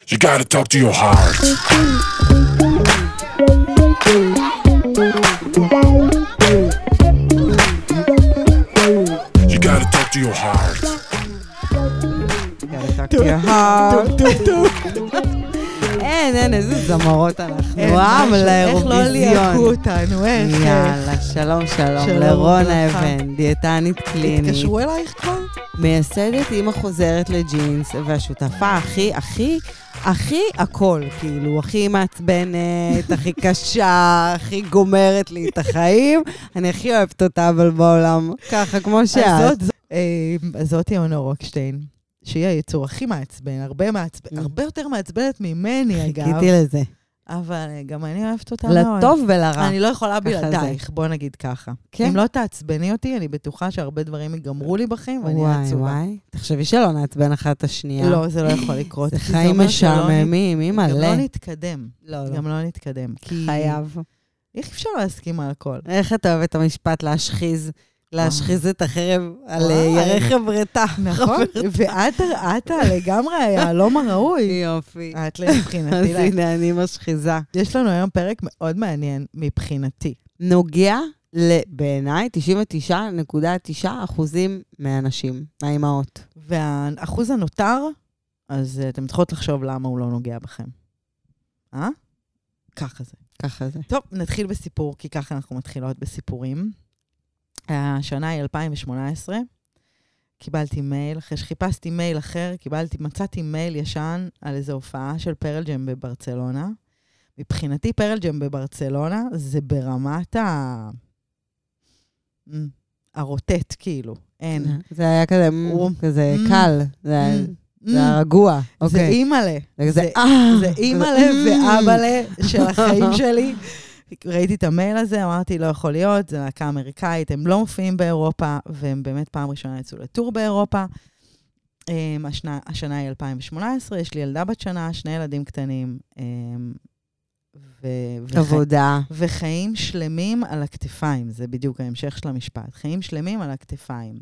You gotta talk to your heart. You gotta talk to your heart. gotta talk to your heart. אין, איזה זמרות אנחנו. עם לאירוויזיון. איך לא ליהקו אותנו, איך. יאללה, שלום, לרונה אבן, דיאטנית קלינית. התקשרו אלייך כבר? מייסדת אימא חוזרת לג'ינס, והשותפה הכי הכל, כאילו, הכי מעצבנת, הכי קשה, הכי גומרת לי את החיים. אני הכי אוהבת אותה, אבל בעולם, ככה, כמו שאת. אז זאת יונה רוקשטיין, שהיא היצור הכי מעצבן, הרבה יותר מעצבנת ממני, אגב. חיכיתי לזה. אבל גם אני אוהבת אותה מאוד. לטוב ולרע. אני לא יכולה בלעדייך, בוא נגיד ככה. כן? אם לא תעצבני אותי, אני בטוחה שהרבה דברים ייגמרו לי בחיים, ואני עצובה. וואי. תחשבי שלא נעצבן אחת השנייה. לא, זה לא יכול לקרות. זה חיים משעממים, מי מלא. גם לא נתקדם. לא. גם לא נתקדם. חייב. איך אפשר להסכים על הכל? איך אתה אוהב את המשפט להשחיז את החרב על ירך חברתה. נכון, ואת לגמרי היה לא מה ראוי. יופי. את מבחינתי. אז הנה, אני משחיזה. יש לנו היום פרק מאוד מעניין מבחינתי. נוגע בעיניי 99.9% מהאנשים, מהאימהות. והאחוז הנותר, אז אתם צריכות לחשוב למה הוא לא נוגע בכם. ככה זה. טוב, נתחיל בסיפור, כי ככה אנחנו מתחילות בסיפורים. השנה היא 2018, קיבלתי מייל, אחרי שחיפשתי מייל אחר, מצאתי מייל ישן על איזו הופעה של פרל ג'ם בברצלונה. מבחינתי פרל ג'ם בברצלונה זה ברמת הרוטט, כאילו, אין. זה היה כזה קל, זה היה רגוע. זה אימאלה. זה אימאלה ואבאלה של החיים שלי. ראיתי את המייל הזה, אמרתי, לא יכול להיות, זה להקה אמריקאית, הם לא מופיעים באירופה, והם באמת פעם ראשונה יצאו לטור באירופה. השנה היא 2018, יש לי ילדה בת שנה, 2 ילדים קטנים. עבודה. וחיים שלמים על הכתפיים, זה בדיוק ההמשך של המשפט. חיים שלמים על הכתפיים.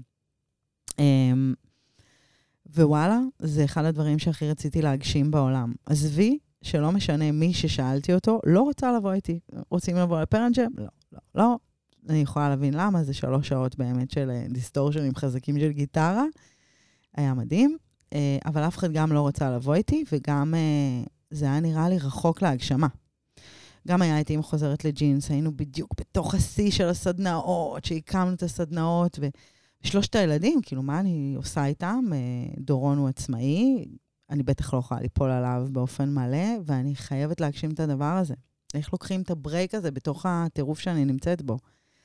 ווואלה, זה אחד הדברים שהכי רציתי להגשים בעולם. עזבי, שלא משנה מי ששאלתי אותו, לא רוצה לבוא איתי. רוצים לבוא לפרל ג'ם? לא. אני יכולה להבין למה, זה 3 שעות באמת של דיסטורשנים חזקים של גיטרה. היה מדהים, אבל אף אחד גם לא רוצה לבוא איתי, וגם זה היה נראה לי רחוק להגשמה. גם היה איתי חוזרת לג'ינס, היינו בדיוק בתוך השיא של הסדנאות, שהקמנו את הסדנאות, ושלושת הילדים, כאילו מה אני עושה איתם? דורון הוא עצמאי, אני בטח לא יכולה ליפול עליו באופן מלא, ואני חייבת להגשים את הדבר הזה. איך לוקחים את הברייק הזה בתוך הטירוף שאני נמצאת בו?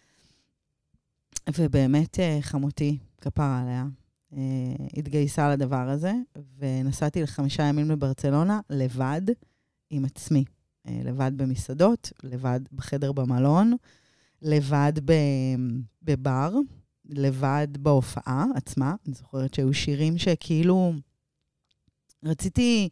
ובאמת חמותי, כפרה עליה, התגייסה לדבר הזה, ונסעתי ל5 ימים לברצלונה, לבד עם עצמי. לבד במסעדות, לבד בחדר במלון, לבד בבר, לבד בהופעה עצמה. אני זוכרת שהיו שירים שכאילו רציתי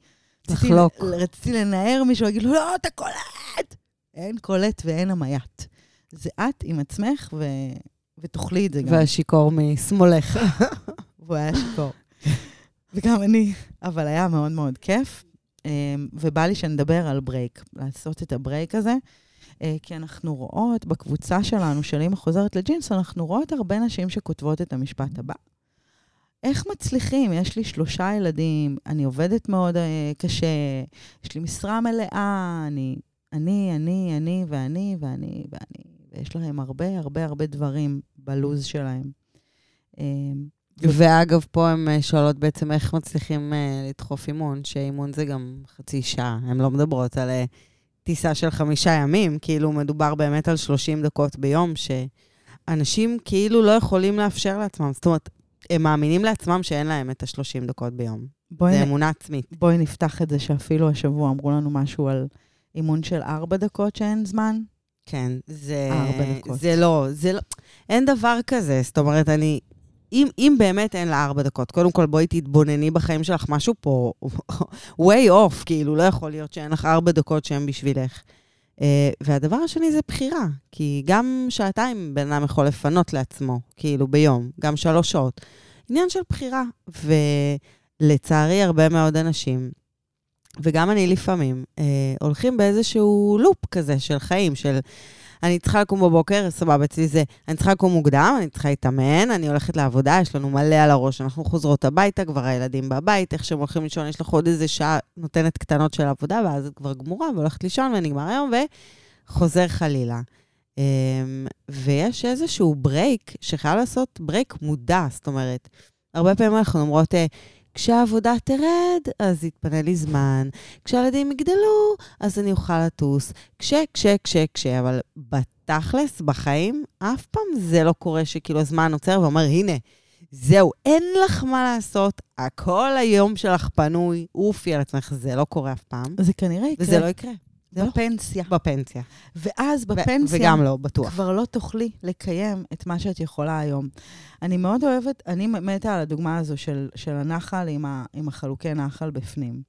לנער מישהו, להגיד לו, לא, אתה קולט! אין קולט ואין המית. זה את עם עצמך, ותאכלי את זה גם. והשיקור משמאלך. והוא היה שיקור. וגם אני, אבל היה מאוד מאוד כיף. ובא לי שנדבר על ברייק, לעשות את הברייק הזה, כי אנחנו רואות בקבוצה שלנו, של אמא חוזרת לג'ינס, אנחנו רואות הרבה נשים שכותבות את המשפט הבא. איך מצליחים? יש לי 3 ילדים, אני עובדת מאוד קשה, יש לי משרה מלאה, אני, ויש להם הרבה דברים בלוז שלהם. ואגב, פה הם שואלות בעצם איך מצליחים לדחוף אימון, שאימון זה גם חצי שעה. הן לא מדברות על טיסה של 5 ימים, כאילו מדובר באמת על 30 דקות ביום, שאנשים כאילו לא יכולים לאפשר לעצמם. זאת אומרת, הם מאמינים לעצמם שאין להם את ה-30 דקות ביום. זה אמונה עצמית. בואי נפתח את זה שאפילו השבוע אמרו לנו משהו על אימון של 4 דקות שאין זמן. כן, זה 4 דקות. זה לא, אין דבר כזה. זאת אומרת, אם באמת אין לה 4 דקות, קודם כל בואי תתבונני בחיים שלך, משהו פה way off, כאילו לא יכול להיות שאין לך 4 דקות שהן בשבילך. והדבר השני זה בחירה, כי גם 2 בן אדם יכול לפנות לעצמו, כאילו ביום, גם 3 שעות. עניין של בחירה, ולצערי הרבה מאוד אנשים וגם אני לפעמים, הולכים באיזשהו לופ כזה של חיים, של אני צריכה לקום בבוקר, סבבה, אצלי זה, אני צריכה לקום מוקדם, אני צריכה להתאמן, אני הולכת לעבודה, יש לנו מלא על הראש, אנחנו חוזרות הביתה, כבר הילדים בבית, איך שהם הולכים לישון, יש לך עוד איזה שעה נותנת קטנות של עבודה, ואז את כבר גמורה, והולכת לישון, ונגמר היום, וחוזר חלילה. ויש איזשהו ברייק, שחייב לעשות ברייק מודע, זאת אומרת, הרבה פעמים אנחנו אומרות, כשהעבודה תרד, אז יתפנה לי זמן. כשהילדים יגדלו, אז אני אוכל לטוס. אבל בתכלס, בחיים, אף פעם זה לא קורה שכאילו הזמן נוצר ואומר, הנה, זהו, אין לך מה לעשות, הכל היום שלך פנוי, אופי על עצמך, זה לא קורה אף פעם. זה כנראה יקרה. וזה לא יקרה. בפנסיה. בפנסיה. ואז בפנסיה, וגם לא, בטוח. כבר לא תוכלי לקיים את מה שאת יכולה היום. אני מאוד אוהבת, אני מתה על הדוגמה הזו של הנחל עם החלוקי נחל בפנים.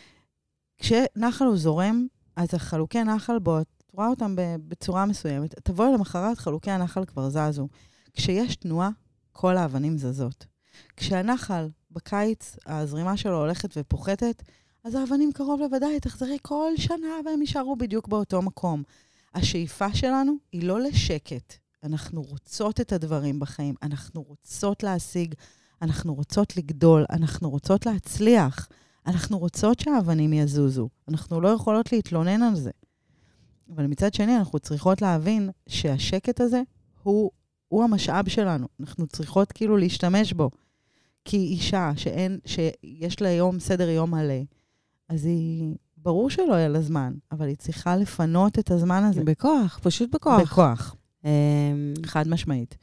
כשנחל הוא זורם, אז החלוקי נחל בו, את רואה אותם בצורה מסוימת, תבואי למחרת, חלוקי הנחל כבר זזו. כשיש תנועה, כל האבנים זזות. כשהנחל בקיץ, הזרימה שלו הולכת ופוחתת, אז האבנים קרוב לוודאי, תחזרי כל שנה והם יישארו בדיוק באותו מקום. השאיפה שלנו היא לא לשקט. אנחנו רוצות את הדברים בחיים, אנחנו רוצות להשיג, אנחנו רוצות לגדול, אנחנו רוצות להצליח, אנחנו רוצות שהאבנים יזוזו. אנחנו לא יכולות להתלונן על זה. אבל מצד שני, אנחנו צריכות להבין שהשקט הזה הוא המשאב שלנו. אנחנו צריכות כאילו להשתמש בו. כי אישה שיש לה יום סדר יום מלא, אז היא, ברור שלא יהיה לה זמן, אבל היא צריכה לפנות את הזמן הזה. בכוח, פשוט בכוח. בכוח. חד משמעית.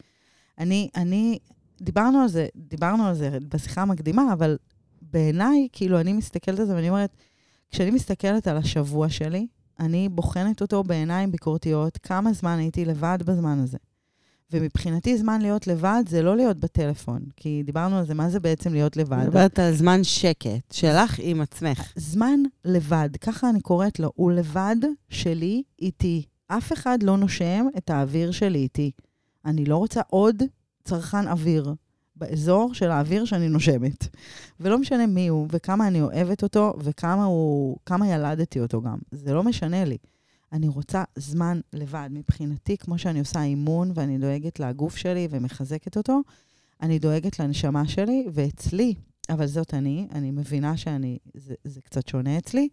דיברנו על זה בשיחה המקדימה, אבל בעיניי, כאילו אני מסתכלת על זה ואני אומרת, כשאני מסתכלת על השבוע שלי, אני בוחנת אותו בעיניים ביקורתיות, כמה זמן הייתי לבד בזמן הזה. ומבחינתי זמן להיות לבד זה לא להיות בטלפון, כי דיברנו על זה, מה זה בעצם להיות לבד? מדברת על זמן שקט, שלך עם עצמך. זמן לבד, ככה אני קוראת לו, הוא לבד שלי איתי. אף אחד לא נושם את האוויר שלי איתי. אני לא רוצה עוד צרכן אוויר באזור של האוויר שאני נושמת. ולא משנה מי הוא, וכמה אני אוהבת אותו, וכמה ילדתי אותו גם. זה לא משנה לי. אני רוצה זמן לבד. מבחינתי, כמו שאני עושה אימון, ואני דואגת לגוף שלי ומחזקת אותו, אני דואגת לנשמה שלי, ואצלי, אבל זאת אני מבינה זה קצת שונה אצלי,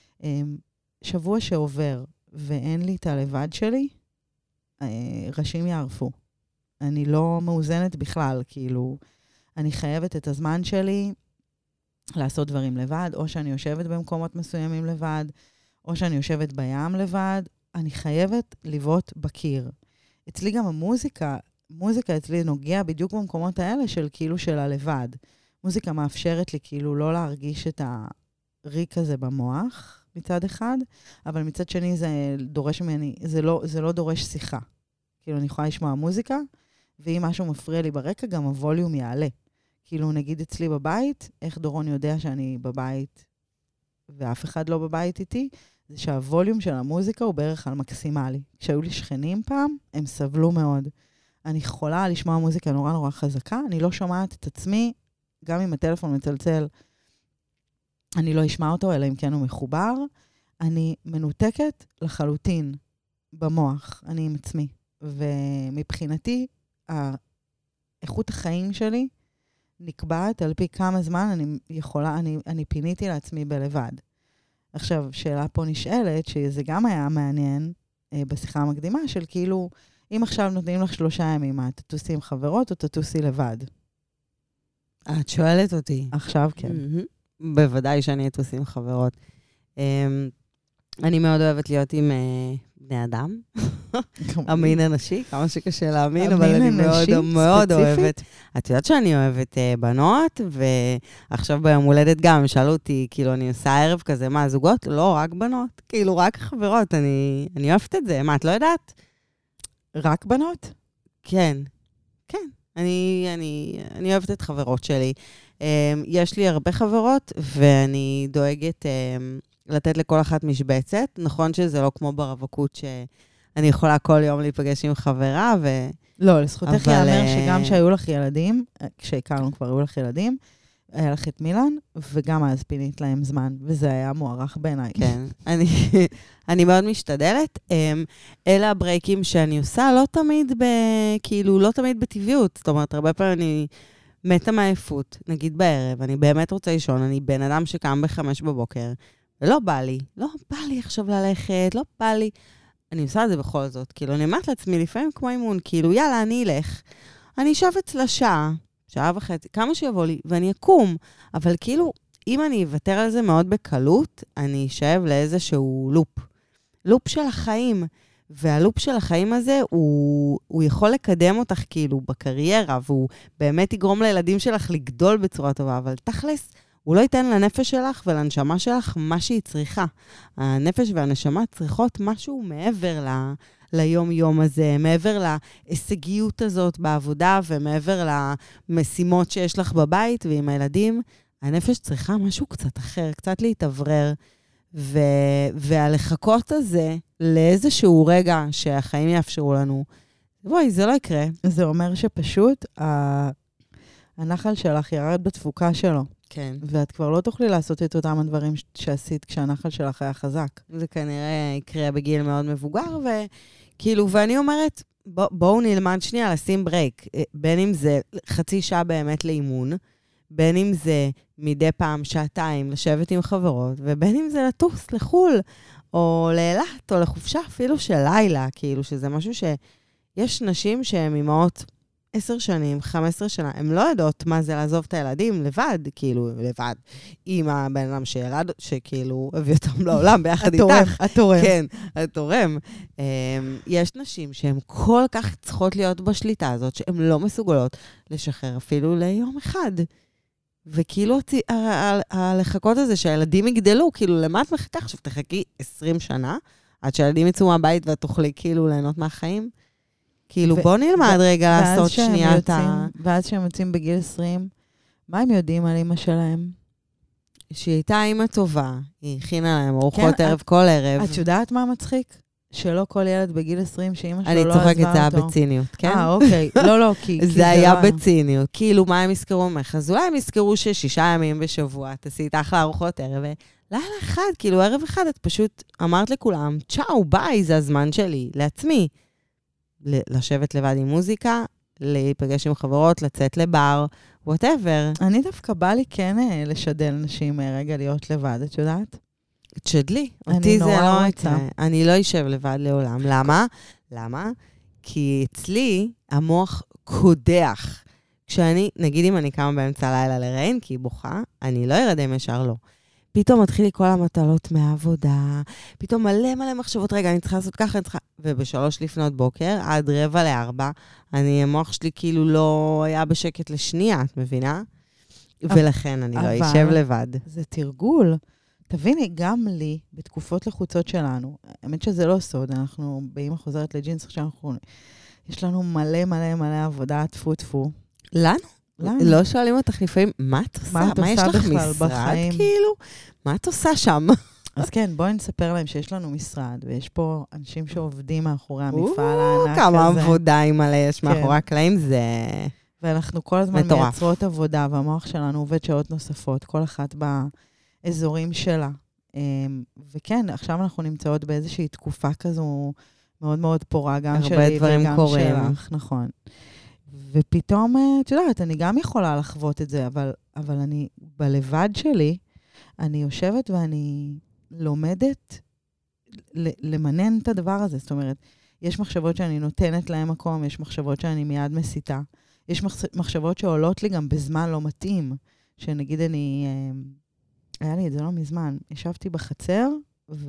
שבוע שעובר, ואין לי את הלבד שלי, ראשים יערפו. אני לא מאוזנת בכלל, כאילו, אני חייבת את הזמן שלי לעשות דברים לבד, או שאני יושבת במקומות מסוימים לבד, או שאני יושבת בים לבד, אני חייבת לבעוט בקיר. אצלי גם מוזיקה אצלי נוגע בדיוק במקומות האלה של כאילו של הלבד. מוזיקה מאפשרת לי כאילו לא להרגיש את הריק הזה במוח מצד אחד, אבל מצד שני זה דורש ממני, זה לא דורש שיחה. כאילו אני יכולה לשמוע מוזיקה, ואם משהו מפריע לי ברקע, גם הווליום יעלה. כאילו נגיד אצלי בבית, איך דורון יודע שאני בבית ואף אחד לא בבית איתי, זה שהווליום של המוזיקה הוא בערך על מקסימלי. כשהיו לי שכנים פעם, הם סבלו מאוד. אני יכולה לשמוע מוזיקה נורא נורא חזקה, אני לא שומעת את עצמי, גם אם הטלפון מצלצל, אני לא אשמע אותו, אלא אם כן הוא מחובר. אני מנותקת לחלוטין במוח, אני עם עצמי. ומבחינתי, איכות החיים שלי נקבעת על פי כמה זמן אני פיניתי לעצמי בלבד. עכשיו, שאלה פה נשאלת, שזה גם היה מעניין בשיחה המקדימה, של כאילו, אם עכשיו נותנים לך 3 ימים, את תטוסי עם חברות או תטוסי לבד? את שואלת אותי. עכשיו כן. בוודאי שאני אטוס עם חברות. אני מאוד אוהבת להיות עם בני אדם. המין אנשי, כמה שקשה להאמין, אבל אני מאוד מאוד אוהבת. את יודעת שאני אוהבת בנות, ועכשיו ביום הולדת גם, שאלו אותי, כאילו אני עושה ערב כזה, מה, זוגות? לא, רק בנות, כאילו רק חברות, אני אוהבת את זה, מה, את לא יודעת? רק בנות? כן, כן, אני אוהבת את חברות שלי. יש לי הרבה חברות, ואני דואגת לתת לכל אחת משבצת. נכון שזה לא כמו ברווקות שאני יכולה כל יום להיפגש עם חברה, לא, לזכותך יאמר שגם שהיו לך ילדים, כשהכרנו כבר היו לך ילדים, היה לך את מילן, וגם אז פינית להם זמן, וזה היה מוערך בעיניי. כן, אני מאוד משתדלת. אלה הברייקים שאני עושה, לא תמיד בטבעיות. זאת אומרת, הרבה פעמים אני מתה מעייפות, נגיד בערב, אני באמת רוצה לישון, אני בן אדם שקם ב5 בבוקר, ולא בא לי עכשיו ללכת, לא בא לי. אני עושה את זה בכל זאת, כאילו, אני אמרת לעצמי לפעמים כמו אימון, כאילו, יאללה, אני אלך, אני אשב אצלה שעה וחצי, כמה שיבוא לי, ואני אקום. אבל כאילו, אם אני אוותר על זה מאוד בקלות, אני אשאב לאיזשהו לופ של החיים. והלופ של החיים הזה, הוא יכול לקדם אותך כאילו בקריירה, והוא באמת יגרום לילדים שלך לגדול בצורה טובה, אבל תכלס, הוא לא ייתן לנפש שלך ולנשמה שלך מה שהיא צריכה. הנפש והנשמה צריכות משהו מעבר ליום-יום הזה, מעבר להישגיות הזאת בעבודה, ומעבר למשימות שיש לך בבית ועם הילדים. הנפש צריכה משהו קצת אחר, קצת להתעברר, והלחכות הזה לאיזשהו רגע שהחיים יאפשרו לנו, בואי, זה לא יקרה. זה אומר שפשוט הנחל שלך ירד בתפוקה שלו. כן. ואת כבר לא תוכלי לעשות את אותם הדברים שעשית כשהנחל שלך היה חזק. זה כנראה יקרה בגיל מאוד מבוגר, וכאילו, ואני אומרת, בואו נלמד שנייה לשים ברייק. בין אם זה חצי שעה באמת לאימון, בין אם זה מדי פעם שעתיים לשבת עם חברות, ובין אם זה לטוס לחול, או לאילת, או לחופשה אפילו של לילה, כאילו שזה משהו שיש נשים שהן אימהות 10 שנים, 15 שנה, הן לא יודעות מה זה לעזוב את הילדים לבד, כאילו, לבד, עם הבן אדם שילד, שכאילו הביא אותם לעולם ביחד איתך. התורם. כן, התורם. יש נשים שהן כל כך צריכות להיות בשליטה הזאת, שהן לא מסוגלות לשחרר אפילו ליום אחד. וכאילו הלחכות הזה שהילדים יגדלו, כאילו למה את מחכה? עכשיו תחכי 20 שנה, עד שהילדים יצאו מהבית ואת תוכלי כאילו ליהנות מהחיים. כאילו בוא נלמד רגע לעשות שנייה את ואז שהם יוצאים בגיל 20, מה הם יודעים על אמא שלהם? שהיא הייתה אמא טובה, היא הכינה להם ארוחות ערב כל ערב. את יודעת מה מצחיק? שלא כל ילד בגיל 20 שאמא שלו לא עזבה אותו. אני צוחקת, זה היה בציניות, כן? אוקיי. לא, כי זה היה בציניות. כאילו, מה הם יזכרו ממך? אז אולי הם יזכרו ש6 ימים בשבוע, תעשית אחלה ארוחות ערב, לילה אחד, כאילו, ערב אחד, את פשוט אמרת לכולם, צ'או, ביי, זה הזמן שלי, לעצמי. לשבת לבד עם מוזיקה, להיפגש עם חברות, לצאת לבר, whatever. אני דווקא בא לי כן לשדל נשים רגע להיות לבד, את יודעת? תשדלי, אותי זה לא יקרה. אני לא אשב לבד לעולם. למה? כי אצלי המוח קודח. כשאני, נגיד אם אני קמה באמצע הלילה לראיין, כי היא בוכה, אני לא ירדם ישר לא. פתאום מתחיל לי כל המטלות מהעבודה, פתאום מלא מחשבות, רגע, אני צריכה לעשות ככה, וב3 לפנות בוקר, עד 3:45, המוח שלי כאילו לא היה בשקט לשנייה, את מבינה? ולכן אני לא אשב לבד. זה תרגול. תביני, גם לי, בתקופות לחוצות שלנו, האמת שזה לא סוד, אנחנו באמא חוזרת לג'ינס, עכשיו יש לנו מלא עבודה, טפו. לנו? לא שואלים אותך לפעמים, מה את עושה? מה יש לך משרד כאילו? מה את עושה שם? אז כן, בואי נספר להם שיש לנו משרד, ויש פה אנשים שעובדים מאחורי המפעל הענק הזה. כמה עבודה עם מלא יש מאחורי הקלעים, זה ואנחנו כל הזמן מייצרות עבודה, והמוח שלנו עובד שעות נוספות, כל אחת באזורים שלה. וכן, עכשיו אנחנו נמצאות באיזושהי תקופה כזו מאוד מאוד פורה, גם שלי וגם שלך, נכון. ופתאום, את יודעת, אני גם יכולה לחוות את זה, אבל אני, בלבד שלי, אני יושבת ואני לומדת למנן את הדבר הזה. זאת אומרת, יש מחשבות שאני נותנת להם מקום, יש מחשבות שאני מיד מסיתה. יש מחשבות שעולות לי גם בזמן לא מתאים, שנגיד היה לי את זה לא מזמן, ישבתי בחצר, ויש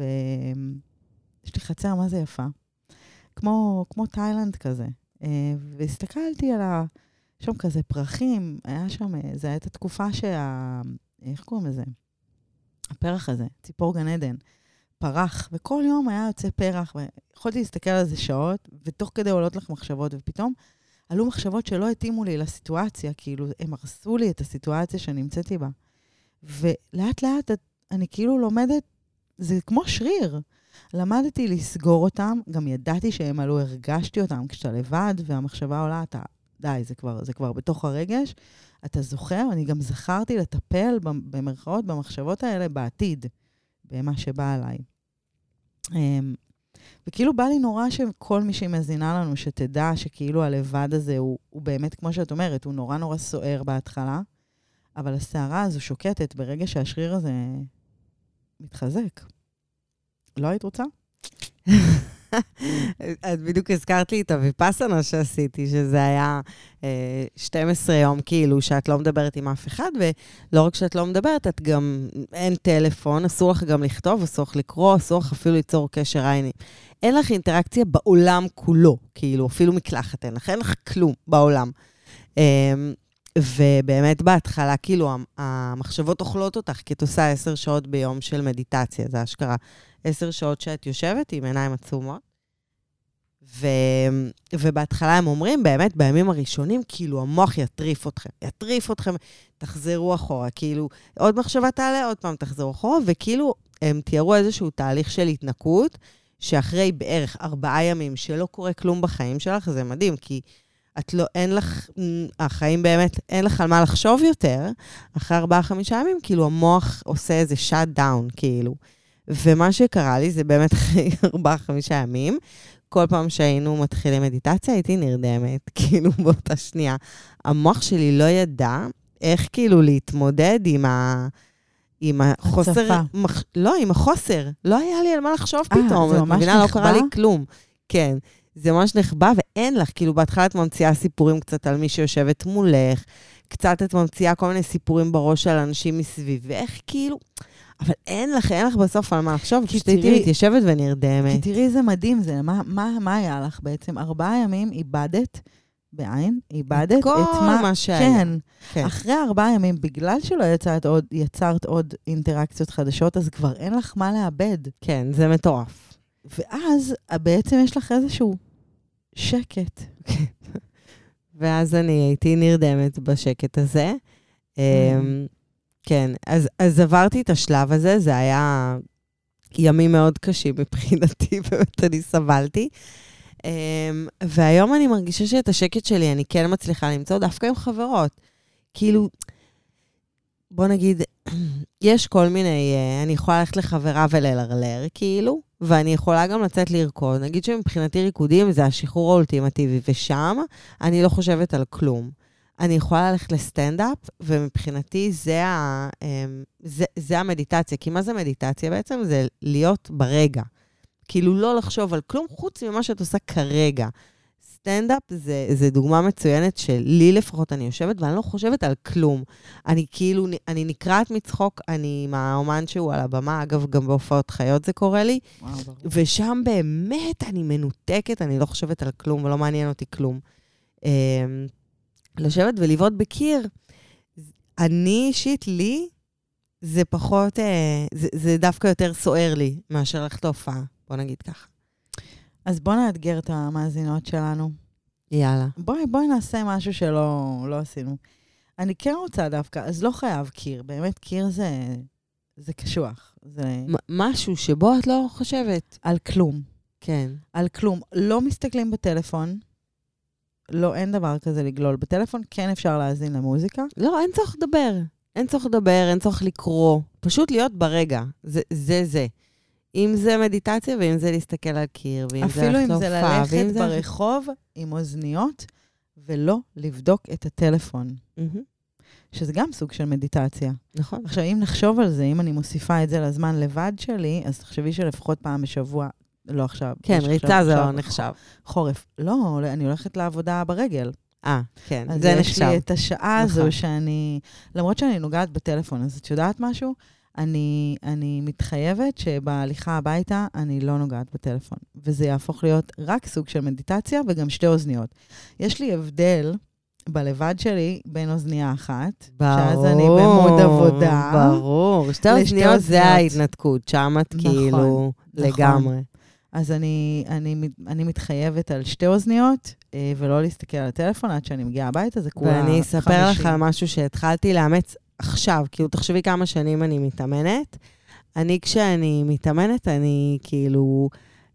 לי חצר, מה זה יפה? כמו תאילנד כזה. והסתכלתי על שם כזה פרחים, היה שם, זה הייתה תקופה איך קוראים לזה? הפרח הזה, ציפור גן עדן, פרח, וכל יום היה יוצא פרח, ויכולתי להסתכל על זה שעות, ותוך כדי עולות לך מחשבות, ופתאום עלו מחשבות שלא התאימו לי לסיטואציה, כאילו הם הרסו לי את הסיטואציה שנמצאתי בה. ולאט לאט אני כאילו לומדת, זה כמו שריר. למדתי לסגור אותם, גם ידעתי שהם עלו, הרגשתי אותם כשאתה לבד, והמחשבה עולה, די, זה כבר בתוך הרגש. אתה זוכר? אני גם זכרתי לטפל במרכאות, במחשבות האלה בעתיד, במה שבא עליי. וכאילו בא לי נורא שכל מי שמזינה לנו, שתדע שכאילו הלבד הזה הוא באמת, כמו שאת אומרת, הוא נורא נורא סוער בהתחלה, אבל הסערה הזו שוקטת ברגע שהשריר הזה מתחזק. לא היית רוצה? את בדיוק הזכרת לי את הוויפאסנה שעשיתי, שזה היה 12 יום כאילו, שאת לא מדברת עם אף אחד, ולא רק שאת לא מדברת, את גם, אין טלפון, אסור לך גם לכתוב, אסור לך לקרוא, אסור לך אפילו ליצור קשר עיני. אין לך אינטראקציה בעולם כולו, כאילו, אפילו מקלחת אין לך, אין לך כלום בעולם. ובאמת בהתחלה, כאילו, המחשבות אוכלות אותך, כי את עושה 10 שעות ביום של מדיטציה, זה אשכרה 10 שעות שאת יושבת עם עיניים עצומות, ובהתחלה הם אומרים, באמת, בימים הראשונים, כאילו, המוח יטריף אתכם, תחזרו אחורה, כאילו, עוד מחשבה תעלה, עוד פעם תחזרו אחורה, וכאילו, הם תיארו איזשהו תהליך של התנקות, שאחרי בערך 4 ימים שלא קורה כלום בחיים שלך, זה מדהים, כי את לא, אין לך, החיים באמת, אין לך על מה לחשוב יותר, אחרי 4-5 ימים, כאילו, המוח עושה איזה shut down, כאילו. ומה שקרה לי, זה באמת אחרי 4-5 ימים, כל פעם שהיינו מתחילים מדיטציה, הייתי נרדמת, כאילו, באותה שנייה. המוח שלי לא ידע איך, כאילו, להתמודד עם החוסר, לא, עם החוסר. לא היה לי על מה לחשוב פתאום. זה ממש מבינה, נחבא? לא קרה לי כלום. כן. זה ממש נחבא, ואין לך, כאילו, בהתחלה את ממציאה סיפורים קצת על מי שיושבת מולך, קצת את ממציאה כל מיני סיפורים בראש של אנשים מסביבך, כאילו, אבל אין לך בסוף על מה לחשוב, כי הייתי מתיישבת ונרדמת. כי תראי, זה מדהים, זה, מה היה לך בעצם? 4 ימים איבדת, בעין, איבדת את מה שהיה. כן. אחרי 4 ימים, בגלל שלא יצרת עוד אינטראקציות חדשות, אז כבר אין לך מה לאבד. כן, זה מטורף. ואז בעצם יש לך איזשהו שקט. ואז אני הייתי נרדמת בשקט הזה. כן, אז עברתי את השלב הזה, זה היה ימים מאוד קשים מבחינתי, באמת אני סבלתי. והיום אני מרגישה שאת השקט שלי אני כן מצליחה למצוא דווקא עם חברות. כאילו, בוא נגיד, יש כל מיני, אני יכולה ללכת לחברה וללרלר, כאילו, ואני יכולה גם לצאת לרקוד. נגיד שמבחינתי ריקודים זה השחרור האולטימטיבי, ושם אני לא חושבת על כלום. אני יכולה ללכת לסטנד-אפ, ומבחינתי זה המדיטציה. כי מה זה מדיטציה בעצם? זה להיות ברגע. כאילו לא לחשוב על כלום חוץ ממה שאת עושה כרגע. סטנד-אפ זה דוגמה מצוינת שלי לפחות אני יושבת, ואני לא חושבת על כלום. אני כאילו, אני נקראת מצחוק, אני עם האומן שהוא על הבמה, אגב, גם בהופעות חיות זה קורה לי, ושם באמת אני מנותקת, אני לא חושבת על כלום, ולא מעניין אותי כלום. לשבת ולבעוט בקיר, אני אישית לי, זה פחות, זה דווקא יותר סוער לי, מאשר ללכת להופעה, בוא נגיד ככה. אז בוא נאתגר את המאזינות שלנו. יאללה. בואי נעשה משהו שלא עשינו. אני כן רוצה דווקא, אז לא חייב קיר, באמת קיר זה קשוח. זה משהו שבו את לא חושבת. על כלום. כן. על כלום. לא מסתכלים בטלפון, לא, אין דבר כזה לגלול. בטלפון כן אפשר להאזין למוזיקה. לא, אין צורך לדבר. אין צורך לדבר, אין צורך לקרוא. פשוט להיות ברגע. זה. אם זה מדיטציה, ואם זה להסתכל על קיר, ואם זה אפילו אם זה ללכת ברחוב עם אוזניות, ולא לבדוק את הטלפון. שזה גם סוג של מדיטציה. נכון. עכשיו, אם נחשוב על זה, אם אני מוסיפה את זה לזמן לבד שלי, אז תחשבי שלפחות פעם בשבוע, לא עכשיו. כן, ריצה זה לא נחשב. חורף. לא, אני הולכת לעבודה ברגל. כן, אז זה נחשב. יש לי את השעה הזו שאני, למרות שאני נוגעת בטלפון, אז את יודעת משהו? אני מתחייבת שבהליכה הביתה אני לא נוגעת בטלפון, וזה יהפוך להיות רק סוג של מדיטציה וגם 2 אוזניות. יש לי הבדל בלבד שלי בין אוזנייה אחת, שאז אני במוד עבודה. ברור, 2 אוזניות זה ההתנתקות, שם את כאילו לגמרי. אז אני מתחייבת על 2 אוזניות, ולא להסתכל על הטלפון עד שאני מגיעה הביתה, זה כולה 50. ואני אספר לך על משהו שהתחלתי לאמץ עכשיו, כאילו תחשבי כמה שנים אני מתאמנת. כשאני מתאמנת, אני כאילו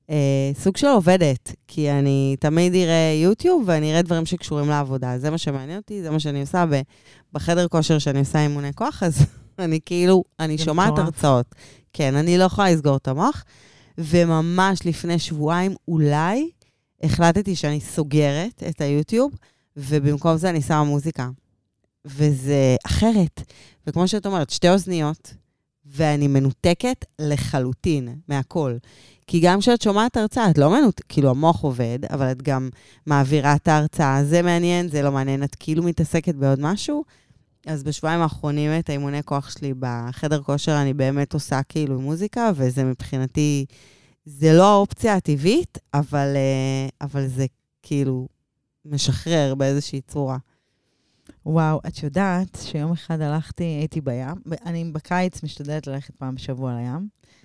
סוג של עובדת, כי אני תמיד אראה יוטיוב ואני אראה דברים שקשורים לעבודה. זה מה שמעניין אותי, זה מה שאני עושה בחדר כושר שאני עושה אימוני כוח, אז אני כאילו, אני שומעת הרצאות. כן, אני לא יכולה לסגור את המוח, וממש לפני שבועיים אולי החלטתי שאני סוגרת את היוטיוב, ובמקום זה אני שמה מוזיקה. וזה אחרת. וכמו שאת אומרת, 2 אוזניות, ואני מנותקת לחלוטין מהכל. כי גם כשאת שומעת הרצאה, את לא כאילו המוח עובד, אבל את גם מעבירה את ההרצאה. זה מעניין, זה לא מעניין, את כאילו מתעסקת בעוד משהו. אז בשבועיים האחרונים את האימוני כוח שלי בחדר כושר, אני באמת עושה כאילו מוזיקה, וזה מבחינתי, זה לא האופציה הטבעית, אבל זה כאילו משחרר באיזושהי צורה. וואו, את יודעת שיום אחד הייתי בים, אני בקיץ משתדלת ללכת פעם בשבוע לים,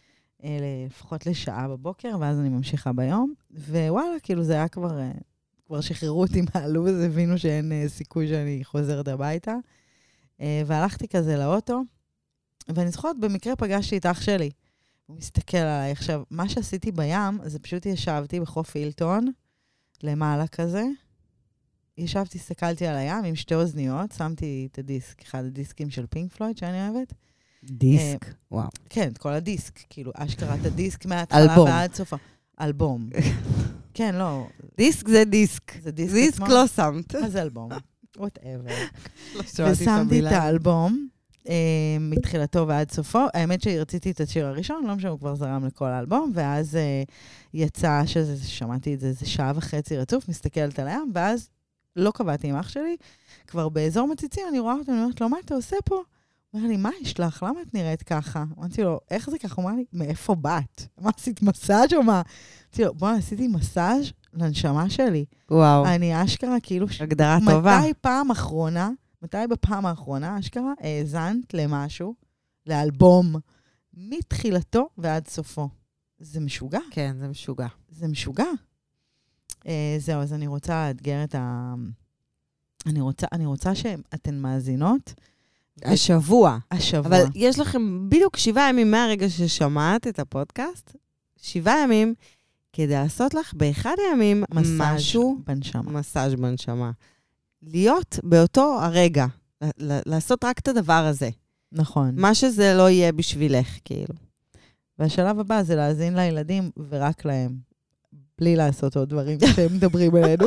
לפחות לשעה בבוקר, ואז אני ממשיכה ביום, ווואלה, כאילו זה היה כבר שחררו אותי מהלוב הזה, הבינו שאין סיכוי שאני חוזרת הביתה, והלכתי כזה לאוטו, ואני זוכרת, במקרה פגשתי את אח שלי, הוא מסתכל עליי. עכשיו, מה שעשיתי בים, זה פשוט ישבתי בחוף אילטון, למעלה כזה, ישבתי, הסתכלתי על הים עם 2 אוזניות, שמתי את הדיסק, אחד הדיסקים של פינק פלויד שאני אוהבת. דיסק? וואו. כן, את כל הדיסק, כאילו, אשכרת הדיסק מההתחלה ועד סופה. אלבום. כן, לא. דיסק זה דיסק. זה דיסק דיסק לא שמת. אז אלבום. whatever. ושמתי את האלבום, מתחילתו ועד סופו. האמת שרציתי את השיר הראשון, לא משנה, הוא כבר זרם לכל האלבום, ואז יצא שמעתי את זה 1.5 שעה רצוף, מסתכלת על הים, ואז לא קבעתי עם אח שלי, כבר באזור מציצים, אני רואה אותו, אני אומרת לו, מה אתה עושה פה? הוא אומר לי, מה יש לך? למה את נראית ככה? אמרתי לו, איך זה ככה? הוא אומר לי, מאיפה באת? מה, עשית מסאז' או מה? אמרתי לו, בוא, עשיתי מסאז' לנשמה שלי. וואו. אני אשכרה, כאילו, הגדרה טובה. מתי בפעם האחרונה, אשכרה, האזנת למשהו, לאלבום, מתחילתו ועד סופו. זה משוגע. כן, זה משוגע. זה משוגע. זהו, אז אני רוצה לאתגר את אני רוצה שאתן מאזינות. השבוע. השבוע. אבל יש לכם בדיוק 7 ימים מהרגע ששמעת את הפודקאסט, 7 ימים, כדי לעשות לך באחד הימים משהו, מסאז' בנשמה. להיות באותו הרגע, לעשות רק את הדבר הזה. נכון. מה שזה לא יהיה בשבילך, כאילו. והשלב הבא זה להאזין לילדים ורק להם. בלי לעשות עוד דברים שהם מדברים עלינו.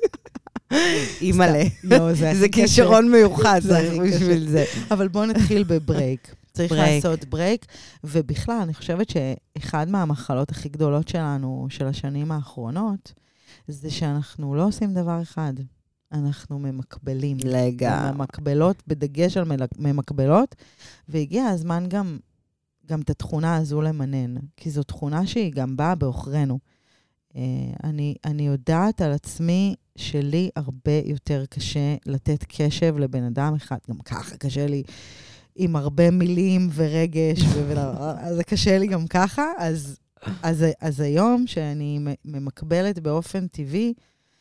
אימאלה. זה כישרון מיוחד, צריך בשביל זה. אבל בואו נתחיל בברייק. צריך לעשות ברייק, ובכלל, אני חושבת שאחד מהמחלות הכי גדולות שלנו, של השנים האחרונות, זה שאנחנו לא עושים דבר אחד. אנחנו ממקבלים. ממקבלות, בדגש על ממקבלות, והגיע הזמן גם את התכונה הזו למנן, כי זו תכונה שהיא גם באה באוכרנו. אני יודעת על עצמי שלי הרבה יותר קשה לתת קשב לבן אדם אחד, גם ככה קשה לי עם הרבה מילים ורגש, אז זה קשה לי גם ככה, אז היום שאני ממקבלת באופן טבעי,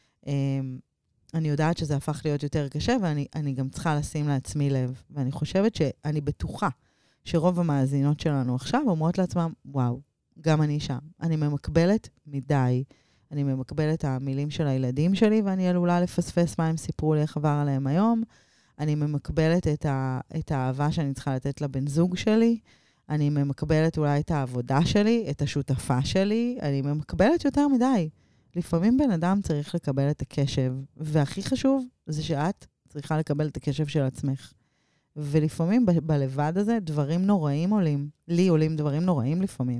אני יודעת שזה הפך להיות יותר קשה, ואני גם צריכה לשים לעצמי לב, ואני חושבת שאני בטוחה שרוב המאזינות שלנו עכשיו אומרות לעצמם, וואו, גם אני שם. אני ממקבלת מדי. אני ממקבלת המילים של הילדים שלי, ואני עלולה לפספס מה הם סיפרו לי, איך עבר עליהם היום. אני ממקבלת את האהבה שאני צריכה לתת לבן זוג שלי. אני ממקבלת אולי את העבודה שלי, את השותפה שלי. אני ממקבלת יותר מדי. לפעמים בן אדם צריך לקבל את הקשב, והכי חשוב זה שאת צריכה לקבל את הקשב של עצמך. ולפעמים בלבד הזה דברים נוראים עולים. לי עולים דברים נוראים לפעמים.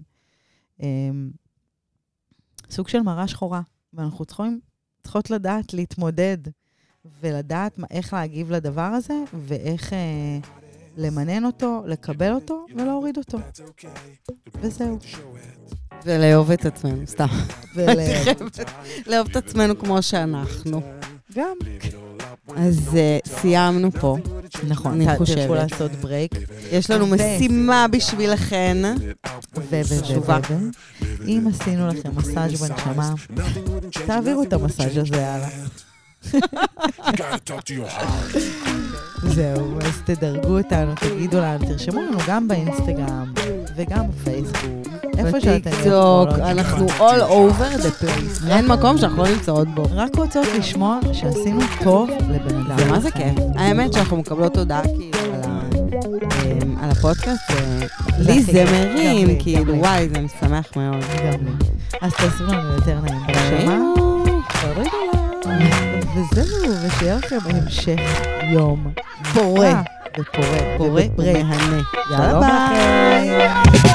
סוג של מראה שחורה, ואנחנו צריכות לדעת להתמודד, ולדעת איך להגיב לדבר הזה, ואיך למנן אותו, לקבל אותו, ולהוריד אותו. וזהו. ולאהוב את עצמנו, סתם. לאהוב את עצמנו כמו שאנחנו. גם. אז סיימנו פה. נכון, אני חושבת. תלכו לעשות ברייק. יש לנו משימה בשבילכן. אם עשינו לכם מסאז' בנשמה, תעבירו את המסאז' הזה הלאה. זהו, אז תדרגו אותנו, תגידו לנו, תרשמו לנו גם באינסטגרם וגם בפייסבוק. איפה שאתם בטיקטוק, יכולות. אנחנו all over the place. אין מקום שאנחנו לא נמצאות בו. רק רוצות לשמוע שעשינו טוב לבן אדם. זה מה זה כיף. האמת שאנחנו מקבלות תודה כאילו על הפודקאסט, לי זה מרים, גם לי. כאילו וואי, זה משמח מאוד. גם לי. אז תעשו לנו יותר נעים בנשמה. תורידו לה. וזהו, ושיהיה לכם המשך יום פורה. ופורה. פורה ומהנה. יאללה ביי. ביי.